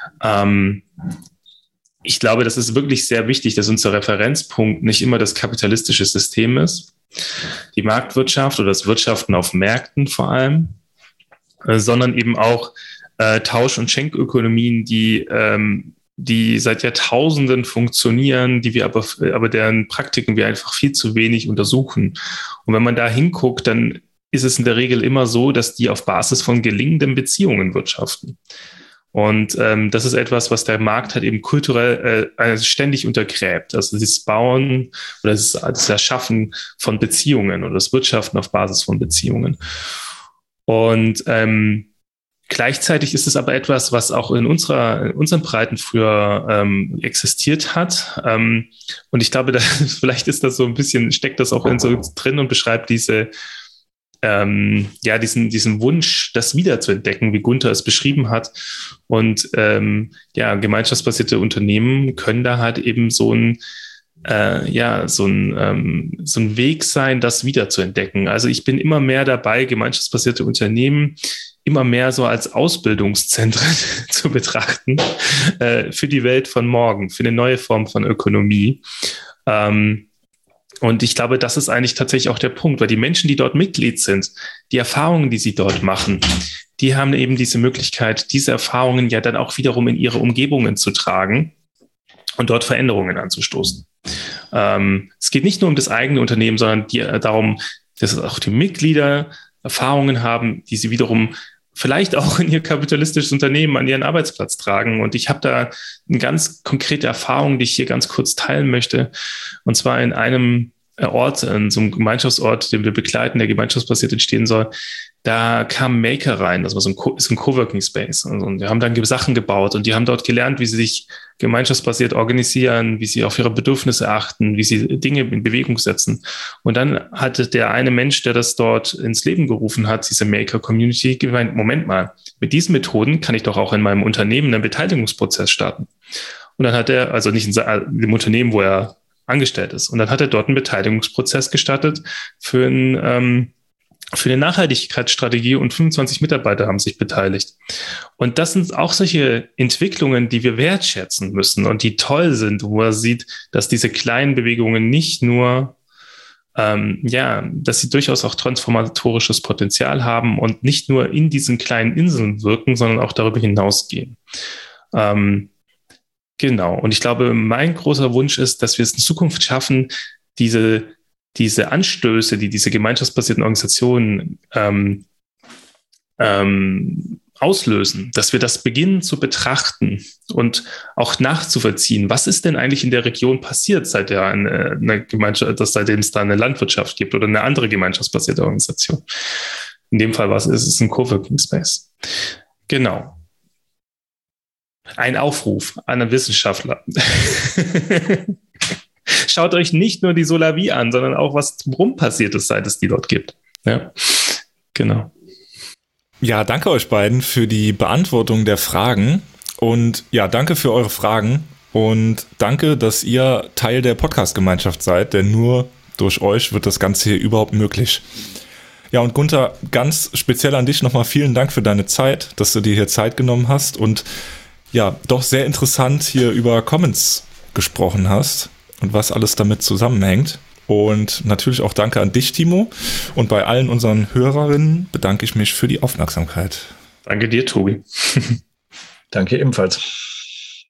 Ich glaube, das ist wirklich sehr wichtig, dass unser Referenzpunkt nicht immer das kapitalistische System ist, die Marktwirtschaft oder das Wirtschaften auf Märkten vor allem, sondern eben auch Tausch- und Schenkökonomien, die seit Jahrtausenden funktionieren, die wir aber deren Praktiken wir einfach viel zu wenig untersuchen. Und wenn man da hinguckt, dann ist es in der Regel immer so, dass die auf Basis von gelingenden Beziehungen wirtschaften. Und das ist etwas, was der Markt halt eben kulturell ständig untergräbt. Also das Bauen oder das Erschaffen von Beziehungen oder das Wirtschaften auf Basis von Beziehungen. Und gleichzeitig ist es aber etwas, was auch in unseren Breiten früher existiert hat. Und ich glaube, vielleicht ist das so ein bisschen, steckt das auch in so drin und beschreibt diesen Wunsch, das wiederzuentdecken, wie Gunther es beschrieben hat. Und gemeinschaftsbasierte Unternehmen können da halt eben so ein Weg sein, das wiederzuentdecken. Also ich bin immer mehr dabei, gemeinschaftsbasierte Unternehmen immer mehr so als Ausbildungszentren zu betrachten für die Welt von morgen, für eine neue Form von Ökonomie. Und ich glaube, das ist eigentlich tatsächlich auch der Punkt, weil die Menschen, die dort Mitglied sind, die Erfahrungen, die sie dort machen, die haben eben diese Möglichkeit, diese Erfahrungen ja dann auch wiederum in ihre Umgebungen zu tragen und dort Veränderungen anzustoßen. Es geht nicht nur um das eigene Unternehmen, sondern darum, dass auch die Mitglieder Erfahrungen haben, die sie wiederum vielleicht auch in ihr kapitalistisches Unternehmen an ihren Arbeitsplatz tragen. Und ich habe da eine ganz konkrete Erfahrung, die ich hier ganz kurz teilen möchte. Und zwar in einem Ort, in so einem Gemeinschaftsort, den wir begleiten, der gemeinschaftsbasiert entstehen soll. Da kam Maker rein, das war so ein Coworking Space. Und wir haben dann Sachen gebaut und die haben dort gelernt, wie sie sich gemeinschaftsbasiert organisieren, wie sie auf ihre Bedürfnisse achten, wie sie Dinge in Bewegung setzen. Und dann hatte der eine Mensch, der das dort ins Leben gerufen hat, diese Maker-Community, gemeint, Moment mal, mit diesen Methoden kann ich doch auch in meinem Unternehmen einen Beteiligungsprozess starten. Und dann hat er, also nicht in dem Unternehmen, wo er angestellt ist, und dann hat er dort einen Beteiligungsprozess gestartet für eine Nachhaltigkeitsstrategie und 25 Mitarbeiter haben sich beteiligt. Und das sind auch solche Entwicklungen, die wir wertschätzen müssen und die toll sind, wo man sieht, dass diese kleinen Bewegungen nicht nur dass sie durchaus auch transformatorisches Potenzial haben und nicht nur in diesen kleinen Inseln wirken, sondern auch darüber hinausgehen. Genau. Und ich glaube, mein großer Wunsch ist, dass wir es in Zukunft schaffen, diese Anstöße, die diese gemeinschaftsbasierten Organisationen auslösen, dass wir das beginnen zu betrachten und auch nachzuvollziehen, was ist denn eigentlich in der Region passiert, seitdem es da eine Landwirtschaft gibt oder eine andere gemeinschaftsbasierte Organisation. In dem Fall ist es ein Coworking Space. Genau. Ein Aufruf an einen Wissenschaftler. Schaut euch nicht nur die Solavie an, sondern auch, was drumherum passiert ist, seit es die dort gibt. Ja, genau. Ja, danke euch beiden für die Beantwortung der Fragen und ja, danke für eure Fragen und danke, dass ihr Teil der Podcast-Gemeinschaft seid, denn nur durch euch wird das Ganze hier überhaupt möglich. Ja, und Gunther, ganz speziell an dich nochmal vielen Dank für deine Zeit, dass du dir hier Zeit genommen hast und ja, doch sehr interessant hier über Commons gesprochen hast und was alles damit zusammenhängt. Und natürlich auch danke an dich, Timo. Und bei allen unseren Hörerinnen bedanke ich mich für die Aufmerksamkeit. Danke dir, Tobi. Danke ebenfalls.